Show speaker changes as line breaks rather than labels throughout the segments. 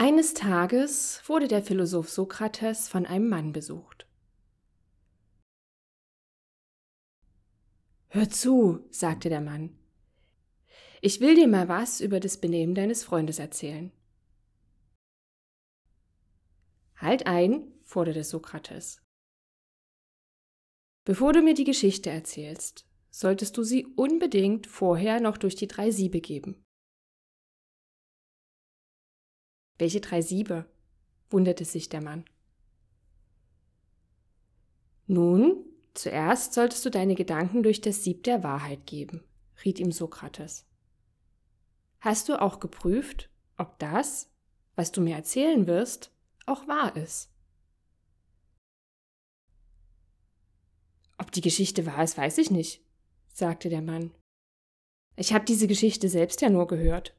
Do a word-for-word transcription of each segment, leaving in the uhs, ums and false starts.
Eines Tages wurde der Philosoph Sokrates von einem Mann besucht. »Hör zu«, sagte der Mann, »ich will dir mal was über das Benehmen deines Freundes erzählen.« »Halt ein«, forderte Sokrates. »Bevor du mir die Geschichte erzählst, solltest du sie unbedingt vorher noch durch die drei Siebe geben.« »Welche drei Siebe?«, wunderte sich der Mann. »Nun, zuerst solltest du deine Gedanken durch das Sieb der Wahrheit geben«, riet ihm Sokrates. »Hast du auch geprüft, ob das, was du mir erzählen wirst, auch wahr ist?« »Ob die Geschichte wahr ist, weiß ich nicht«, sagte der Mann. »Ich habe diese Geschichte selbst ja nur gehört.«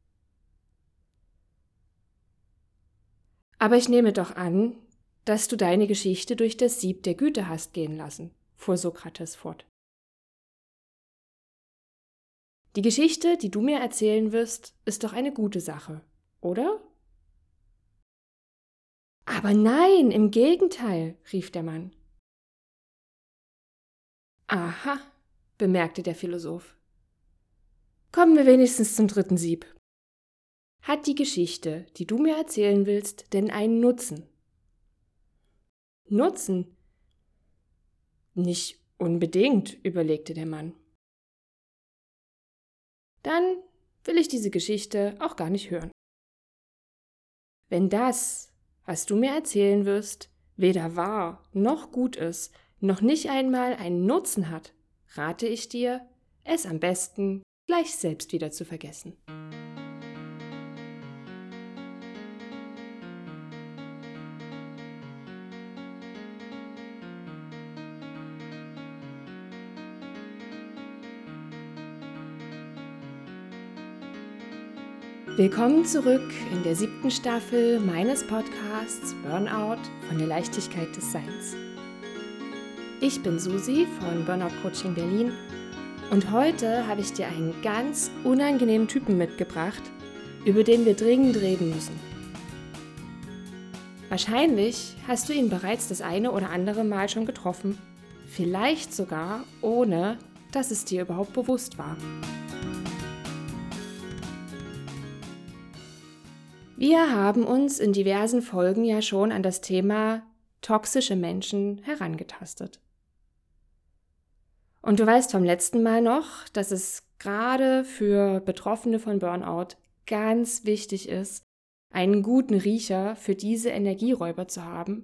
»Aber ich nehme doch an, dass du deine Geschichte durch das Sieb der Güte hast gehen lassen«, fuhr Sokrates fort. »Die Geschichte, die du mir erzählen wirst, ist doch eine gute Sache, oder?« »Aber nein, im Gegenteil«, rief der Mann. »Aha«, bemerkte der Philosoph. »Kommen wir wenigstens zum dritten Sieb. Hat die Geschichte, die du mir erzählen willst, denn einen Nutzen?« »Nutzen?« »Nicht unbedingt«, überlegte der Mann. »Dann will ich diese Geschichte auch gar nicht hören. Wenn das, was du mir erzählen wirst, weder wahr noch gut ist, noch nicht einmal einen Nutzen hat, rate ich dir, es am besten gleich selbst wieder zu vergessen.« Willkommen zurück in der siebten Staffel meines Podcasts Burnout von der Leichtigkeit des Seins. Ich bin Susi von Burnout Coaching Berlin und heute habe ich dir einen ganz unangenehmen Typen mitgebracht, über den wir dringend reden müssen. Wahrscheinlich hast du ihn bereits das eine oder andere Mal schon getroffen, vielleicht sogar ohne, dass es dir überhaupt bewusst war. Wir haben uns in diversen Folgen ja schon an das Thema toxische Menschen herangetastet. Und du weißt vom letzten Mal noch, dass es gerade für Betroffene von Burnout ganz wichtig ist, einen guten Riecher für diese Energieräuber zu haben.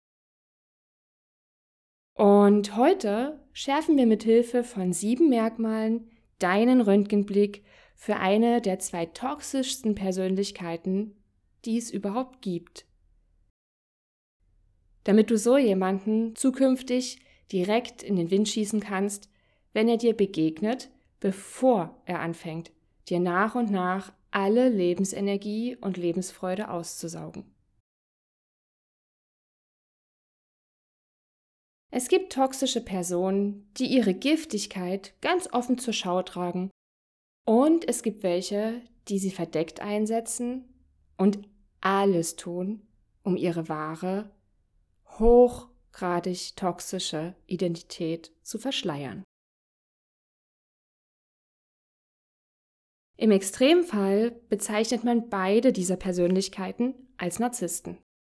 Und heute schärfen wir mit Hilfe von sieben Merkmalen deinen Röntgenblick für eine der zwei toxischsten Persönlichkeiten, die es überhaupt gibt. Damit du so jemanden zukünftig direkt in den Wind schießen kannst, wenn er dir begegnet, bevor er anfängt, dir nach und nach alle Lebensenergie und Lebensfreude auszusaugen. Es gibt toxische Personen, die ihre Giftigkeit ganz offen zur Schau tragen, und es gibt welche, die sie verdeckt einsetzen und alles tun, um ihre wahre, hochgradig toxische Identität zu verschleiern. Im Extremfall bezeichnet man beide dieser Persönlichkeiten als Narzissten.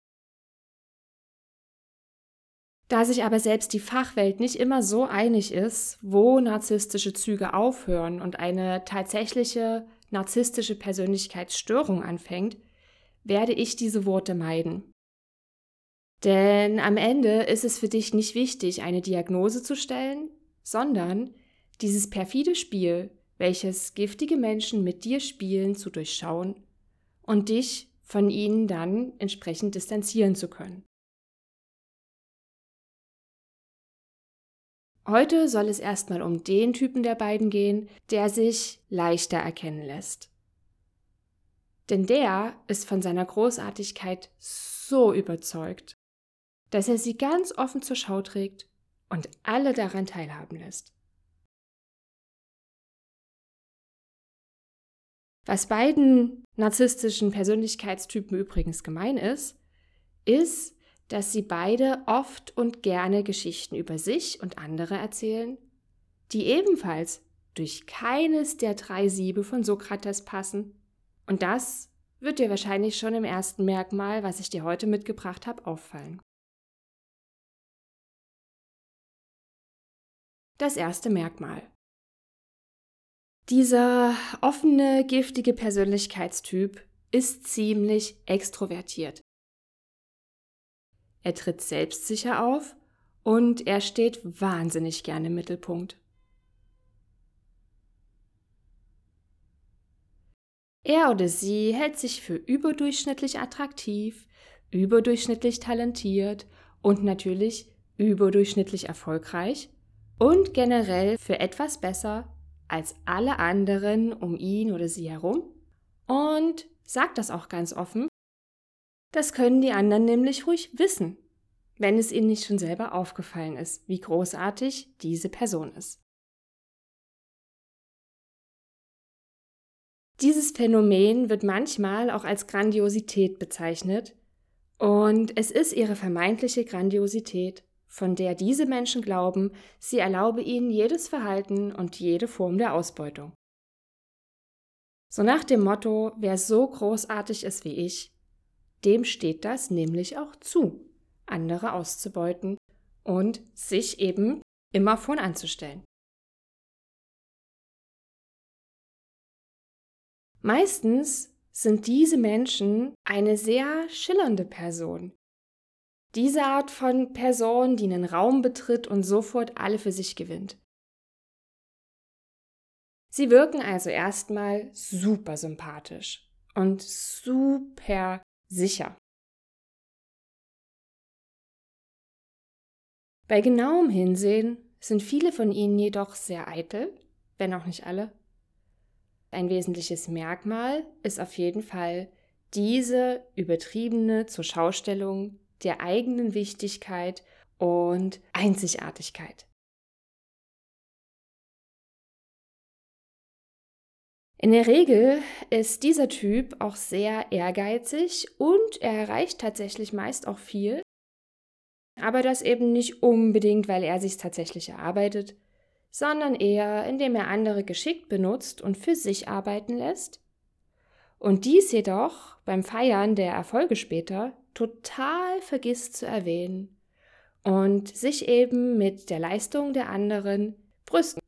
Da sich aber selbst die Fachwelt nicht immer so einig ist, wo narzisstische Züge aufhören und eine tatsächliche narzisstische Persönlichkeitsstörung anfängt, werde ich diese Worte meiden. Denn am Ende ist es für dich nicht wichtig, eine Diagnose zu stellen, sondern dieses perfide Spiel, welches giftige Menschen mit dir spielen, zu durchschauen und dich von ihnen dann entsprechend distanzieren zu können. Heute soll es erstmal um den Typen der beiden gehen, der sich leichter erkennen lässt. Denn der ist von seiner Großartigkeit so überzeugt, dass er sie ganz offen zur Schau trägt und alle daran teilhaben lässt. Was beiden narzisstischen Persönlichkeitstypen übrigens gemein ist, ist, dass sie beide oft und gerne Geschichten über sich und andere erzählen, die ebenfalls durch keines der drei Siebe von Sokrates passen. Und das wird dir wahrscheinlich schon im ersten Merkmal, was ich dir heute mitgebracht habe, auffallen. Das erste Merkmal. Dieser offene, giftige Persönlichkeitstyp ist ziemlich extrovertiert. Er tritt selbstsicher auf und er steht wahnsinnig gerne im Mittelpunkt. Er oder sie hält sich für überdurchschnittlich attraktiv, überdurchschnittlich talentiert und natürlich überdurchschnittlich erfolgreich und generell für etwas besser als alle anderen um ihn oder sie herum und sagt das auch ganz offen. Das können die anderen nämlich ruhig wissen, wenn es ihnen nicht schon selber aufgefallen ist, wie großartig diese Person ist. Dieses Phänomen wird manchmal auch als Grandiosität bezeichnet und es ist ihre vermeintliche Grandiosität, von der diese Menschen glauben, sie erlaube ihnen jedes Verhalten und jede Form der Ausbeutung. So nach dem Motto, wer so großartig ist wie ich, dem steht das nämlich auch zu, andere auszubeuten und sich eben immer vorn anzustellen. Meistens sind diese Menschen eine sehr schillernde Person. Diese Art von Person, die einen Raum betritt und sofort alle für sich gewinnt. Sie wirken also erstmal super sympathisch und super sicher. Bei genauem Hinsehen sind viele von ihnen jedoch sehr eitel, wenn auch nicht alle. Ein wesentliches Merkmal ist auf jeden Fall diese übertriebene Zurschaustellung der eigenen Wichtigkeit und Einzigartigkeit. In der Regel ist dieser Typ auch sehr ehrgeizig und er erreicht tatsächlich meist auch viel, aber das eben nicht unbedingt, weil er sich tatsächlich erarbeitet, sondern eher, indem er andere geschickt benutzt und für sich arbeiten lässt. Und dies jedoch beim Feiern der Erfolge später total vergisst zu erwähnen und sich eben mit der Leistung der anderen brüsten.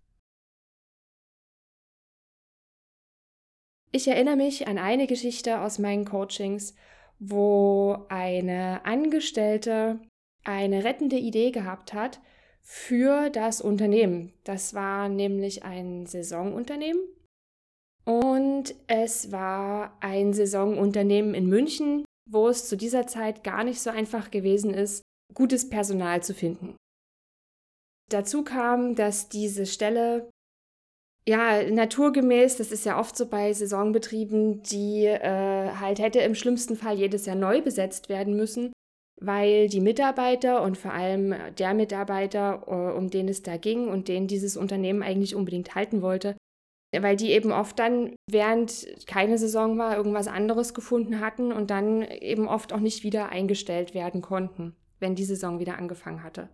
Ich erinnere mich an eine Geschichte aus meinen Coachings, wo eine Angestellte eine rettende Idee gehabt hat für das Unternehmen. Das war nämlich ein Saisonunternehmen und es war ein Saisonunternehmen in München, wo es zu dieser Zeit gar nicht so einfach gewesen ist, gutes Personal zu finden. Dazu kam, dass diese Stelle, ja, naturgemäß, das ist ja oft so bei Saisonbetrieben, die äh, halt hätte im schlimmsten Fall jedes Jahr neu besetzt werden müssen, weil die Mitarbeiter und vor allem der Mitarbeiter, uh, um den es da ging und den dieses Unternehmen eigentlich unbedingt halten wollte, weil die eben oft dann, während keine Saison war, irgendwas anderes gefunden hatten und dann eben oft auch nicht wieder eingestellt werden konnten, wenn die Saison wieder angefangen hatte.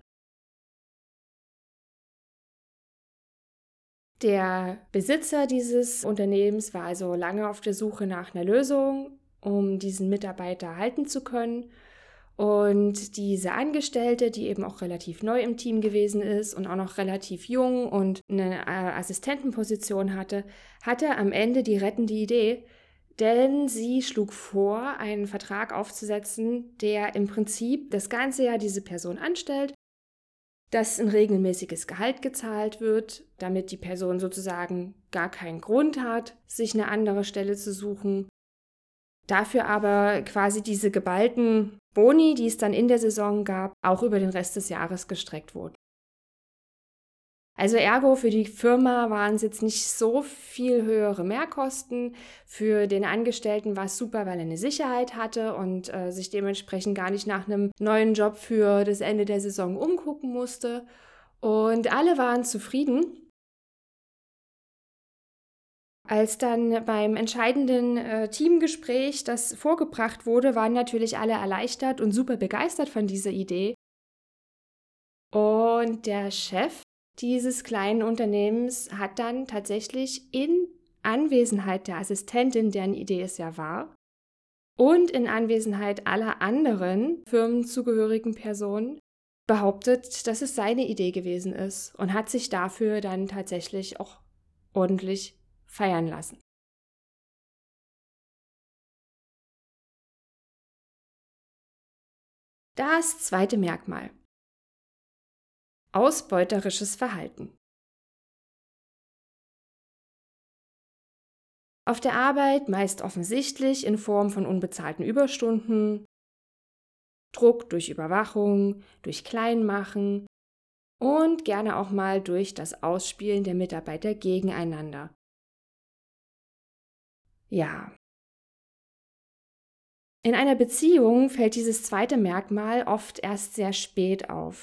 Der Besitzer dieses Unternehmens war also lange auf der Suche nach einer Lösung, um diesen Mitarbeiter halten zu können. Und diese Angestellte, die eben auch relativ neu im Team gewesen ist und auch noch relativ jung und eine Assistentenposition hatte, hatte am Ende die rettende Idee, denn sie schlug vor, einen Vertrag aufzusetzen, der im Prinzip das ganze Jahr diese Person anstellt, dass ein regelmäßiges Gehalt gezahlt wird, damit die Person sozusagen gar keinen Grund hat, sich eine andere Stelle zu suchen. Dafür aber quasi diese geballten Boni, die es dann in der Saison gab, auch über den Rest des Jahres gestreckt wurden. Also ergo für die Firma waren es jetzt nicht so viel höhere Mehrkosten. Für den Angestellten war es super, weil er eine Sicherheit hatte und äh, sich dementsprechend gar nicht nach einem neuen Job für das Ende der Saison umgucken musste. Und alle waren zufrieden. Als dann beim entscheidenden äh, Teamgespräch das vorgebracht wurde, waren natürlich alle erleichtert und super begeistert von dieser Idee. Und der Chef dieses kleinen Unternehmens hat dann tatsächlich in Anwesenheit der Assistentin, deren Idee es ja war, und in Anwesenheit aller anderen firmenzugehörigen Personen behauptet, dass es seine Idee gewesen ist und hat sich dafür dann tatsächlich auch ordentlich feiern lassen. Das zweite Merkmal: Ausbeuterisches Verhalten. Auf der Arbeit meist offensichtlich in Form von unbezahlten Überstunden, Druck durch Überwachung, durch Kleinmachen und gerne auch mal durch das Ausspielen der Mitarbeiter gegeneinander. Ja. In einer Beziehung fällt dieses zweite Merkmal oft erst sehr spät auf.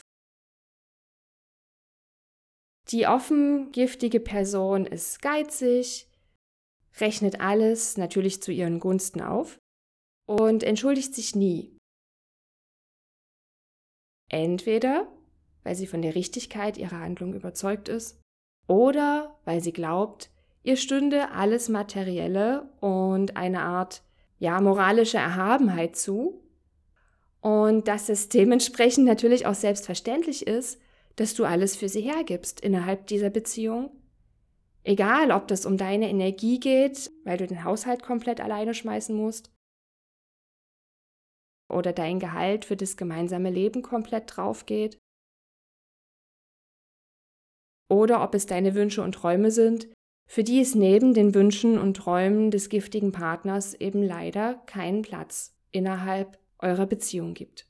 Die offen giftige Person ist geizig, rechnet alles natürlich zu ihren Gunsten auf und entschuldigt sich nie. Entweder, weil sie von der Richtigkeit ihrer Handlung überzeugt ist, oder weil sie glaubt, ihr stünde alles Materielle und eine Art, ja, moralische Erhabenheit zu und dass es dementsprechend natürlich auch selbstverständlich ist, dass du alles für sie hergibst innerhalb dieser Beziehung. Egal, ob das um deine Energie geht, weil du den Haushalt komplett alleine schmeißen musst, oder dein Gehalt für das gemeinsame Leben komplett drauf geht, oder ob es deine Wünsche und Träume sind, für die es neben den Wünschen und Träumen des giftigen Partners eben leider keinen Platz innerhalb eurer Beziehung gibt.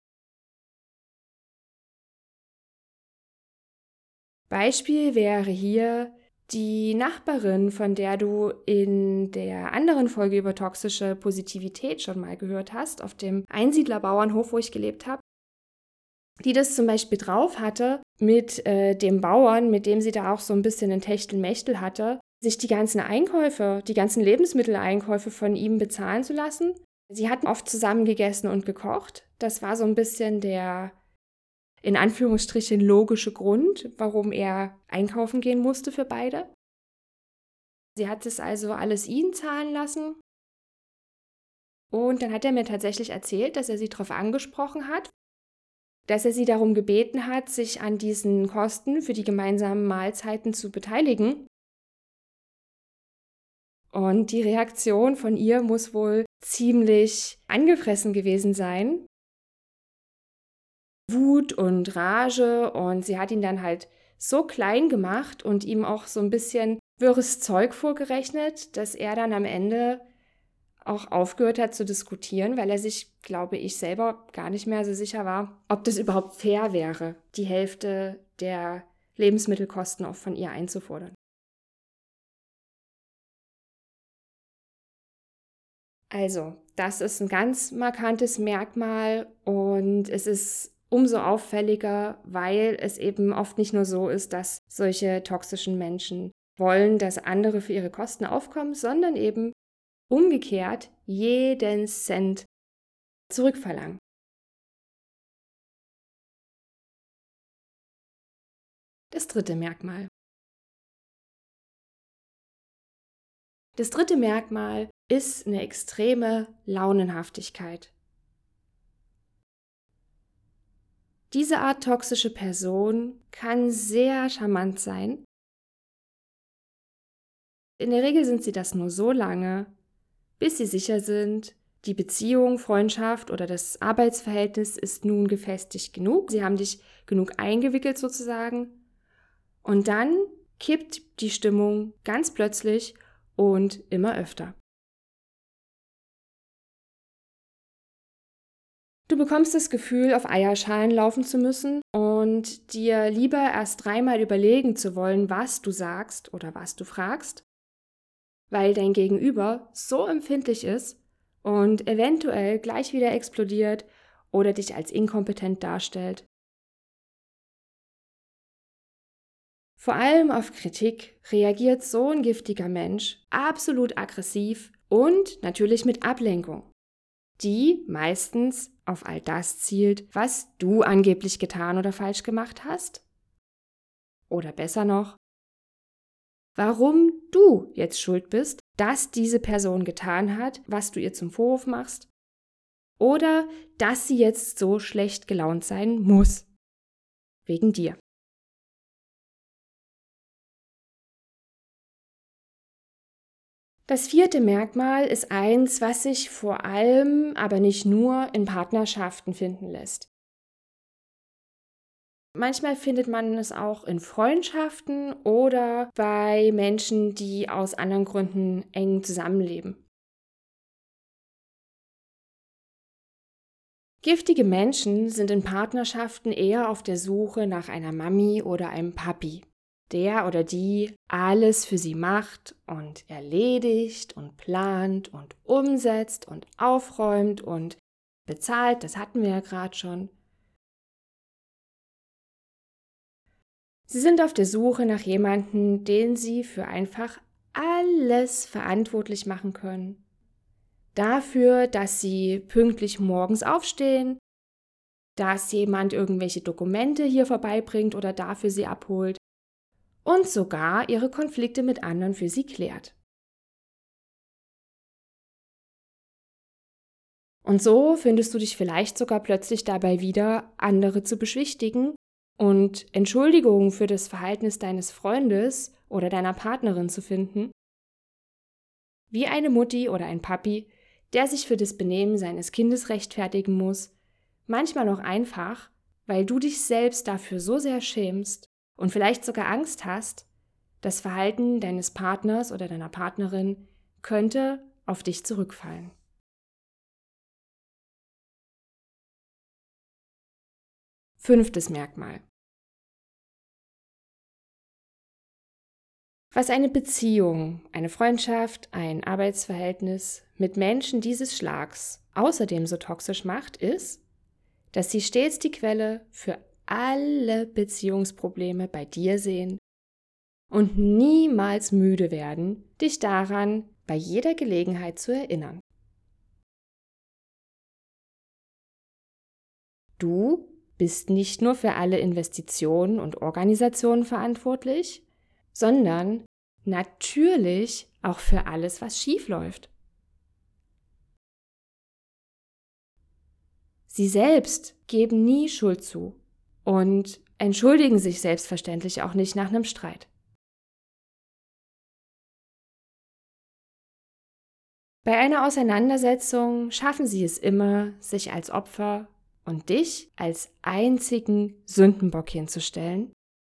Beispiel wäre hier die Nachbarin, von der du in der anderen Folge über toxische Positivität schon mal gehört hast, auf dem Einsiedlerbauernhof, wo ich gelebt habe, die das zum Beispiel drauf hatte, mit äh, dem Bauern, mit dem sie da auch so ein bisschen ein Techtelmechtel hatte, sich die ganzen Einkäufe, die ganzen Lebensmitteleinkäufe von ihm bezahlen zu lassen. Sie hatten oft zusammen gegessen und gekocht. Das war so ein bisschen der, in Anführungsstrichen, logische Grund, warum er einkaufen gehen musste für beide. Sie hat es also alles ihn zahlen lassen. Und dann hat er mir tatsächlich erzählt, dass er sie darauf angesprochen hat, dass er sie darum gebeten hat, sich an diesen Kosten für die gemeinsamen Mahlzeiten zu beteiligen. Und die Reaktion von ihr muss wohl ziemlich angefressen gewesen sein. Wut und Rage, und sie hat ihn dann halt so klein gemacht und ihm auch so ein bisschen wirres Zeug vorgerechnet, dass er dann am Ende auch aufgehört hat zu diskutieren, weil er sich, glaube ich, selber gar nicht mehr so sicher war, ob das überhaupt fair wäre, die Hälfte der Lebensmittelkosten auch von ihr einzufordern. Also, das ist ein ganz markantes Merkmal und es ist umso auffälliger, weil es eben oft nicht nur so ist, dass solche toxischen Menschen wollen, dass andere für ihre Kosten aufkommen, sondern eben umgekehrt jeden Cent zurückverlangen. Das dritte Merkmal. Das dritte Merkmal ist eine extreme Launenhaftigkeit. Diese Art toxische Person kann sehr charmant sein. In der Regel sind sie das nur so lange, bis sie sicher sind, die Beziehung, Freundschaft oder das Arbeitsverhältnis ist nun gefestigt genug. Sie haben dich genug eingewickelt sozusagen. Und dann kippt die Stimmung ganz plötzlich und immer öfter. Du bekommst das Gefühl, auf Eierschalen laufen zu müssen und dir lieber erst dreimal überlegen zu wollen, was du sagst oder was du fragst, weil dein Gegenüber so empfindlich ist und eventuell gleich wieder explodiert oder dich als inkompetent darstellt. Vor allem auf Kritik reagiert so ein giftiger Mensch absolut aggressiv und natürlich mit Ablenkung, die meistens auf all das zielt, was du angeblich getan oder falsch gemacht hast. Oder besser noch, warum du jetzt schuld bist, dass diese Person getan hat, was du ihr zum Vorwurf machst, oder dass sie jetzt so schlecht gelaunt sein muss. Wegen dir. Das vierte Merkmal ist eins, was sich vor allem, aber nicht nur, in Partnerschaften finden lässt. Manchmal findet man es auch in Freundschaften oder bei Menschen, die aus anderen Gründen eng zusammenleben. Giftige Menschen sind in Partnerschaften eher auf der Suche nach einer Mami oder einem Papi, der oder die alles für sie macht und erledigt und plant und umsetzt und aufräumt und bezahlt, das hatten wir ja gerade schon. Sie sind auf der Suche nach jemandem, den sie für einfach alles verantwortlich machen können. Dafür, dass sie pünktlich morgens aufstehen, dass jemand irgendwelche Dokumente hier vorbeibringt oder dafür sie abholt und sogar ihre Konflikte mit anderen für sie klärt. Und so findest du dich vielleicht sogar plötzlich dabei wieder, andere zu beschwichtigen und Entschuldigungen für das Verhalten deines Freundes oder deiner Partnerin zu finden, wie eine Mutti oder ein Papi, der sich für das Benehmen seines Kindes rechtfertigen muss, manchmal auch einfach, weil du dich selbst dafür so sehr schämst und vielleicht sogar Angst hast, das Verhalten deines Partners oder deiner Partnerin könnte auf dich zurückfallen. Fünftes Merkmal. Was eine Beziehung, eine Freundschaft, ein Arbeitsverhältnis mit Menschen dieses Schlags außerdem so toxisch macht, ist, dass sie stets die Quelle für alle Beziehungsprobleme bei dir sehen und niemals müde werden, dich daran bei jeder Gelegenheit zu erinnern. Du bist nicht nur für alle Investitionen und Organisationen verantwortlich, sondern natürlich auch für alles, was schief läuft. Sie selbst geben nie Schuld zu und entschuldigen sich selbstverständlich auch nicht nach einem Streit. Bei einer Auseinandersetzung schaffen sie es immer, sich als Opfer und dich als einzigen Sündenbock hinzustellen.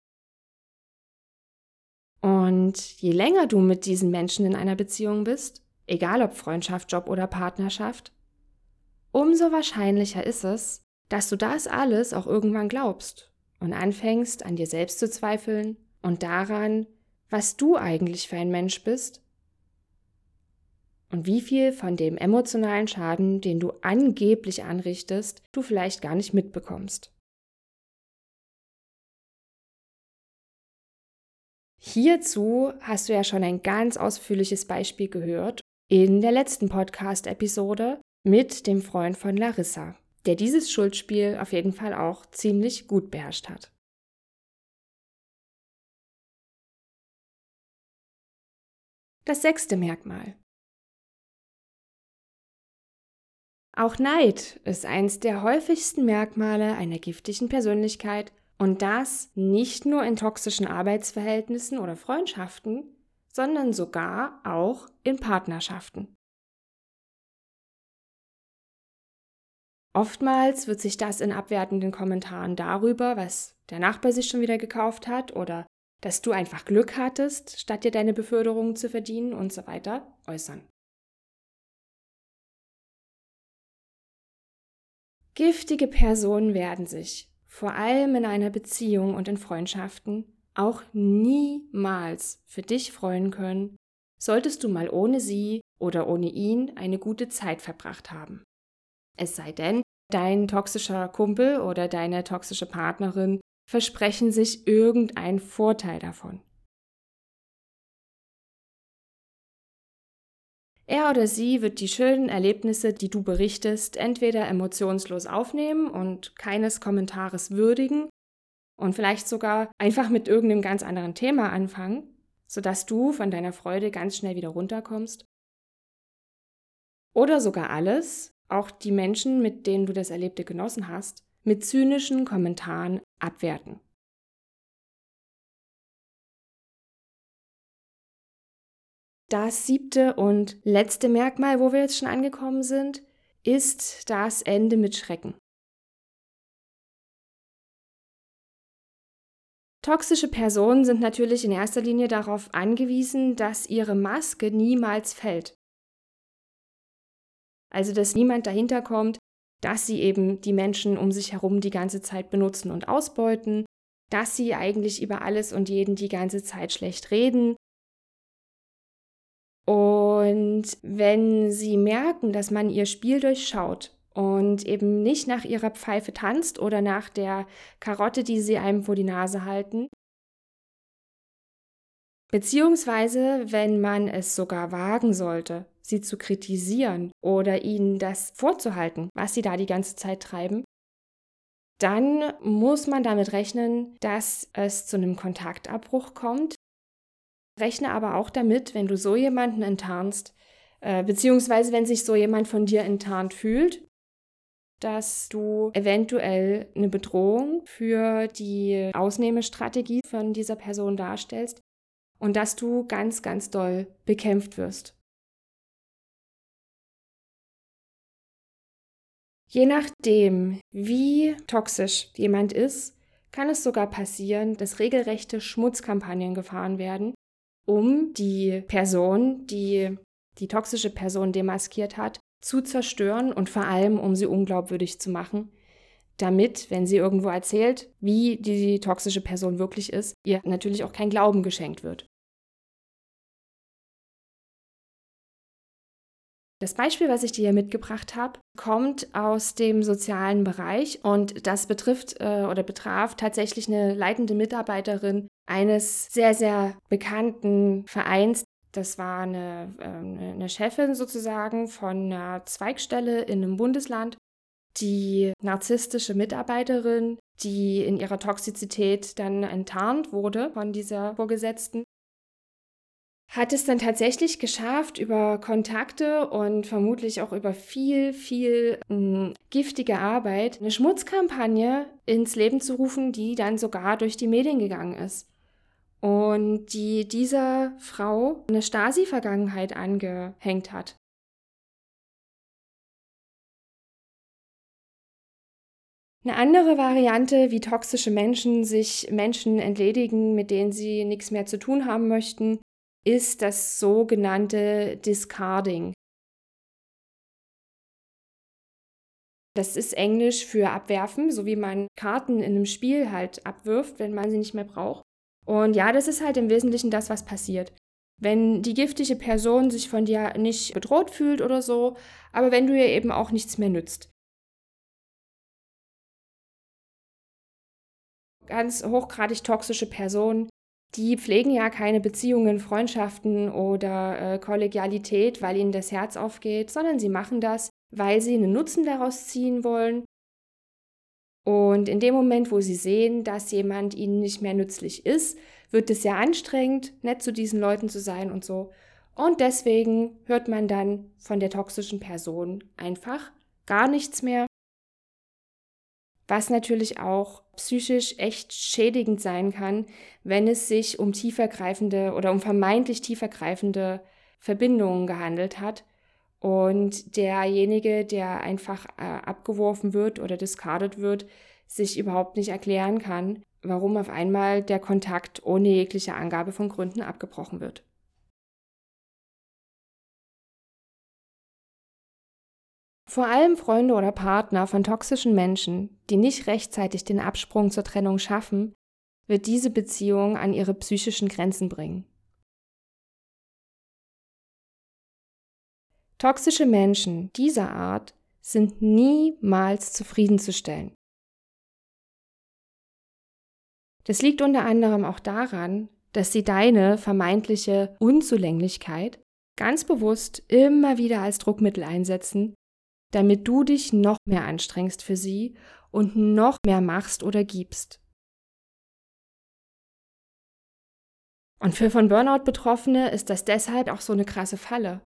Und je länger du mit diesen Menschen in einer Beziehung bist, egal ob Freundschaft, Job oder Partnerschaft, umso wahrscheinlicher ist es, dass du das alles auch irgendwann glaubst und anfängst, an dir selbst zu zweifeln und daran, was du eigentlich für ein Mensch bist und wie viel von dem emotionalen Schaden, den du angeblich anrichtest, du vielleicht gar nicht mitbekommst. Hierzu hast du ja schon ein ganz ausführliches Beispiel gehört in der letzten Podcast-Episode mit dem Freund von Larissa, der dieses Schuldspiel auf jeden Fall auch ziemlich gut beherrscht hat. Das sechste Merkmal. Auch Neid ist eines der häufigsten Merkmale einer giftigen Persönlichkeit und das nicht nur in toxischen Arbeitsverhältnissen oder Freundschaften, sondern sogar auch in Partnerschaften. Oftmals wird sich das in abwertenden Kommentaren darüber, was der Nachbar sich schon wieder gekauft hat oder dass du einfach Glück hattest, statt dir deine Beförderung zu verdienen und so weiter, äußern. Giftige Personen werden sich, vor allem in einer Beziehung und in Freundschaften, auch niemals für dich freuen können, solltest du mal ohne sie oder ohne ihn eine gute Zeit verbracht haben. Es sei denn, dein toxischer Kumpel oder deine toxische Partnerin versprechen sich irgendeinen Vorteil davon. Er oder sie wird die schönen Erlebnisse, die du berichtest, entweder emotionslos aufnehmen und keines Kommentares würdigen und vielleicht sogar einfach mit irgendeinem ganz anderen Thema anfangen, sodass du von deiner Freude ganz schnell wieder runterkommst. Oder sogar alles, auch die Menschen, mit denen du das Erlebte genossen hast, mit zynischen Kommentaren abwerten. Das siebte und letzte Merkmal, wo wir jetzt schon angekommen sind, ist das Ende mit Schrecken. Toxische Personen sind natürlich in erster Linie darauf angewiesen, dass ihre Maske niemals fällt. Also, dass niemand dahinter kommt, dass sie eben die Menschen um sich herum die ganze Zeit benutzen und ausbeuten, dass sie eigentlich über alles und jeden die ganze Zeit schlecht reden. Und wenn sie merken, dass man ihr Spiel durchschaut und eben nicht nach ihrer Pfeife tanzt oder nach der Karotte, die sie einem vor die Nase halten, beziehungsweise wenn man es sogar wagen sollte, sie zu kritisieren oder ihnen das vorzuhalten, was sie da die ganze Zeit treiben, dann muss man damit rechnen, dass es zu einem Kontaktabbruch kommt. Rechne aber auch damit, wenn du so jemanden enttarnst, äh, beziehungsweise wenn sich so jemand von dir enttarnt fühlt, dass du eventuell eine Bedrohung für die Ausnehmestrategie von dieser Person darstellst und dass du ganz, ganz doll bekämpft wirst. Je nachdem, wie toxisch jemand ist, kann es sogar passieren, dass regelrechte Schmutzkampagnen gefahren werden, um die Person, die die toxische Person demaskiert hat, zu zerstören und vor allem, um sie unglaubwürdig zu machen, damit, wenn sie irgendwo erzählt, wie die toxische Person wirklich ist, ihr natürlich auch kein Glauben geschenkt wird. Das Beispiel, was ich dir hier mitgebracht habe, kommt aus dem sozialen Bereich und das betrifft äh, oder betraf tatsächlich eine leitende Mitarbeiterin eines sehr, sehr bekannten Vereins. Das war eine, äh, eine Chefin sozusagen von einer Zweigstelle in einem Bundesland. Die narzisstische Mitarbeiterin, die in ihrer Toxizität dann enttarnt wurde von dieser Vorgesetzten, hat es dann tatsächlich geschafft, über Kontakte und vermutlich auch über viel, viel mh, giftige Arbeit eine Schmutzkampagne ins Leben zu rufen, die dann sogar durch die Medien gegangen ist. Und die dieser Frau eine Stasi-Vergangenheit angehängt hat. Eine andere Variante, wie toxische Menschen sich Menschen entledigen, mit denen sie nichts mehr zu tun haben möchten, ist das sogenannte Discarding. Das ist Englisch für abwerfen, so wie man Karten in einem Spiel halt abwirft, wenn man sie nicht mehr braucht. Und ja, das ist halt im Wesentlichen das, was passiert. Wenn die giftige Person sich von dir nicht bedroht fühlt oder so, aber wenn du ihr eben auch nichts mehr nützt. Ganz hochgradig toxische Personen, die pflegen ja keine Beziehungen, Freundschaften oder äh, Kollegialität, weil ihnen das Herz aufgeht, sondern sie machen das, weil sie einen Nutzen daraus ziehen wollen. Und in dem Moment, wo sie sehen, dass jemand ihnen nicht mehr nützlich ist, wird es sehr anstrengend, nett zu diesen Leuten zu sein und so. Und deswegen hört man dann von der toxischen Person einfach gar nichts mehr, was natürlich auch psychisch echt schädigend sein kann, wenn es sich um tiefergreifende oder um vermeintlich tiefergreifende Verbindungen gehandelt hat und derjenige, der einfach äh, abgeworfen wird oder discarded wird, sich überhaupt nicht erklären kann, warum auf einmal der Kontakt ohne jegliche Angabe von Gründen abgebrochen wird. Vor allem Freunde oder Partner von toxischen Menschen, die nicht rechtzeitig den Absprung zur Trennung schaffen, wird diese Beziehung an ihre psychischen Grenzen bringen. Toxische Menschen dieser Art sind niemals zufriedenzustellen. Das liegt unter anderem auch daran, dass sie deine vermeintliche Unzulänglichkeit ganz bewusst immer wieder als Druckmittel einsetzen, damit du dich noch mehr anstrengst für sie und noch mehr machst oder gibst. Und für von Burnout Betroffene ist das deshalb auch so eine krasse Falle.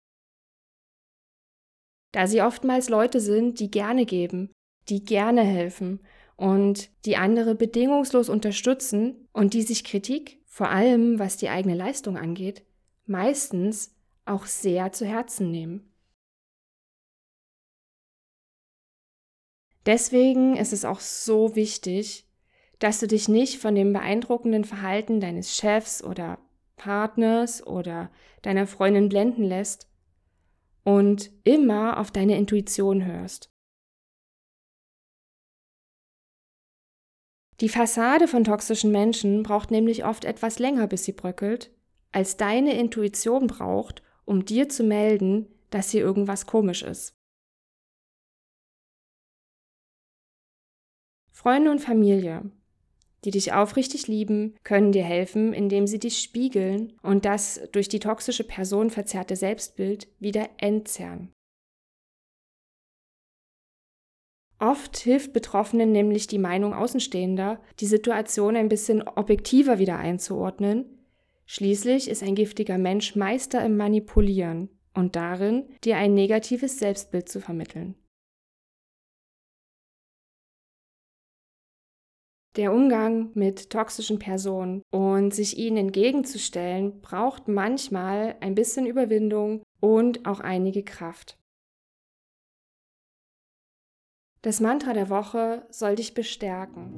Da sie oftmals Leute sind, die gerne geben, die gerne helfen und die andere bedingungslos unterstützen und die sich Kritik, vor allem was die eigene Leistung angeht, meistens auch sehr zu Herzen nehmen. Deswegen ist es auch so wichtig, dass du dich nicht von dem beeindruckenden Verhalten deines Chefs oder Partners oder deiner Freundin blenden lässt und immer auf deine Intuition hörst. Die Fassade von toxischen Menschen braucht nämlich oft etwas länger, bis sie bröckelt, als deine Intuition braucht, um dir zu melden, dass hier irgendwas komisch ist. Freunde und Familie, die dich aufrichtig lieben, können dir helfen, indem sie dich spiegeln und das durch die toxische Person verzerrte Selbstbild wieder entzerren. Oft hilft Betroffenen nämlich die Meinung Außenstehender, die Situation ein bisschen objektiver wieder einzuordnen. Schließlich ist ein giftiger Mensch Meister im Manipulieren und darin, dir ein negatives Selbstbild zu vermitteln. Der Umgang mit toxischen Personen und sich ihnen entgegenzustellen, braucht manchmal ein bisschen Überwindung und auch einige Kraft. Das Mantra der Woche soll dich bestärken.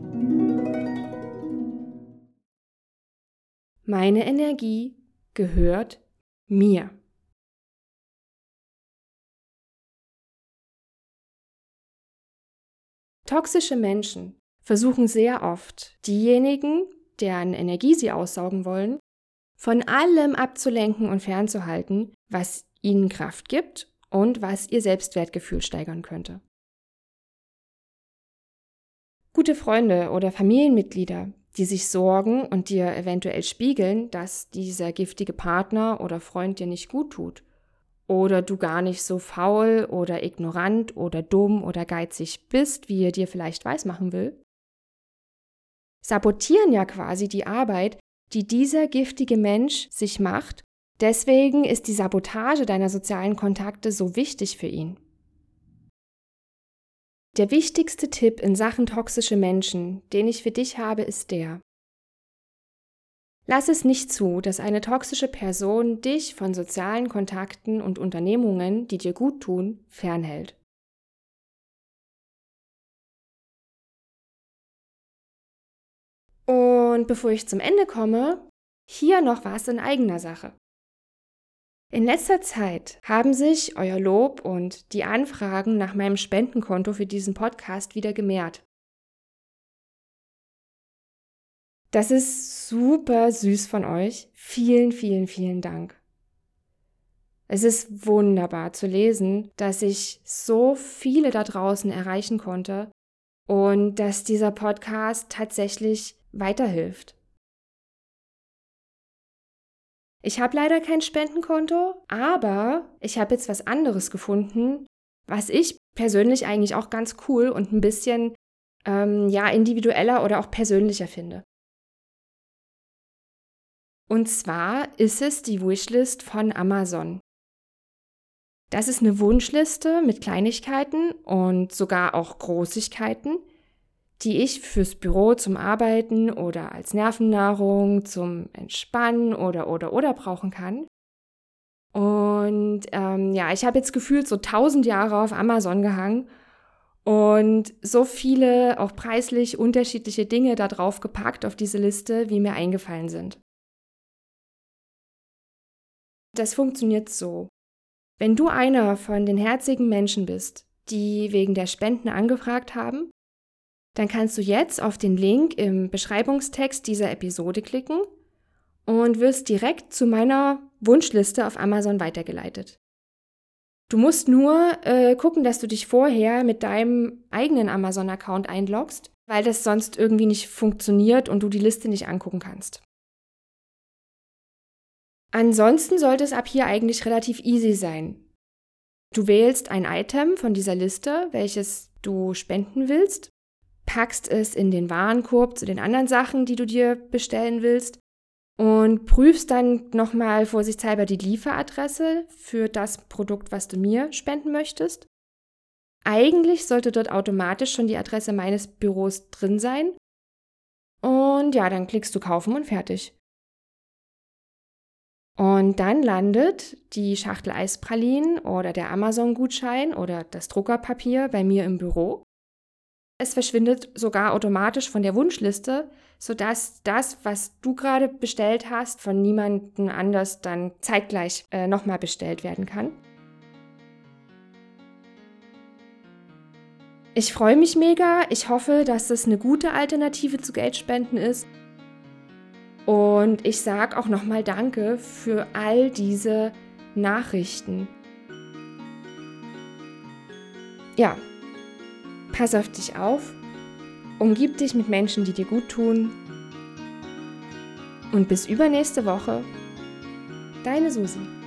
Meine Energie gehört mir. Toxische Menschen versuchen sehr oft, diejenigen, deren Energie sie aussaugen wollen, von allem abzulenken und fernzuhalten, was ihnen Kraft gibt und was ihr Selbstwertgefühl steigern könnte. Gute Freunde oder Familienmitglieder, die sich sorgen und dir eventuell spiegeln, dass dieser giftige Partner oder Freund dir nicht gut tut oder du gar nicht so faul oder ignorant oder dumm oder geizig bist, wie er dir vielleicht weismachen will, sabotieren ja quasi die Arbeit, die dieser giftige Mensch sich macht. Deswegen ist die Sabotage deiner sozialen Kontakte so wichtig für ihn. Der wichtigste Tipp in Sachen toxische Menschen, den ich für dich habe, ist der: Lass es nicht zu, dass eine toxische Person dich von sozialen Kontakten und Unternehmungen, die dir gut tun, fernhält. Und bevor ich zum Ende komme, hier noch was in eigener Sache. In letzter Zeit haben sich euer Lob und die Anfragen nach meinem Spendenkonto für diesen Podcast wieder gemehrt. Das ist super süß von euch. Vielen, vielen, vielen Dank. Es ist wunderbar zu lesen, dass ich so viele da draußen erreichen konnte und dass dieser Podcast tatsächlich weiterhilft. Ich habe leider kein Spendenkonto, aber ich habe jetzt was anderes gefunden, was ich persönlich eigentlich auch ganz cool und ein bisschen ähm, ja, individueller oder auch persönlicher finde. Und zwar ist es die Wishlist von Amazon. Das ist eine Wunschliste mit Kleinigkeiten und sogar auch Großigkeiten, die ich fürs Büro zum Arbeiten oder als Nervennahrung zum Entspannen oder oder oder brauchen kann. Und ähm, ja, ich habe jetzt gefühlt so tausend Jahre auf Amazon gehangen und so viele auch preislich unterschiedliche Dinge da drauf gepackt auf diese Liste, wie mir eingefallen sind. Das funktioniert so. Wenn du einer von den herzigen Menschen bist, die wegen der Spenden angefragt haben, dann kannst du jetzt auf den Link im Beschreibungstext dieser Episode klicken und wirst direkt zu meiner Wunschliste auf Amazon weitergeleitet. Du musst nur äh, gucken, dass du dich vorher mit deinem eigenen Amazon-Account einloggst weil das sonst irgendwie nicht funktioniert und du die Liste nicht angucken kannst. Ansonsten sollte es ab hier eigentlich relativ easy sein. Du wählst ein Item von dieser Liste, welches du spenden willst, packst es in den Warenkorb zu den anderen Sachen, die du dir bestellen willst und prüfst dann nochmal vorsichtshalber die Lieferadresse für das Produkt, was du mir spenden möchtest. Eigentlich sollte dort automatisch schon die Adresse meines Büros drin sein. Und ja, dann klickst du kaufen und fertig. Und dann landet die Schachtel Eispralinen oder der Amazon-Gutschein oder das Druckerpapier bei mir im Büro. Es verschwindet sogar automatisch von der Wunschliste, sodass das, was du gerade bestellt hast, von niemandem anders dann zeitgleich äh, nochmal bestellt werden kann. Ich freue mich mega. Ich hoffe, dass das eine gute Alternative zu Geldspenden ist. Und ich sage auch nochmal Danke für all diese Nachrichten. Ja, pass auf dich auf, umgib dich mit Menschen, die dir gut tun. Und bis übernächste Woche, deine Susi.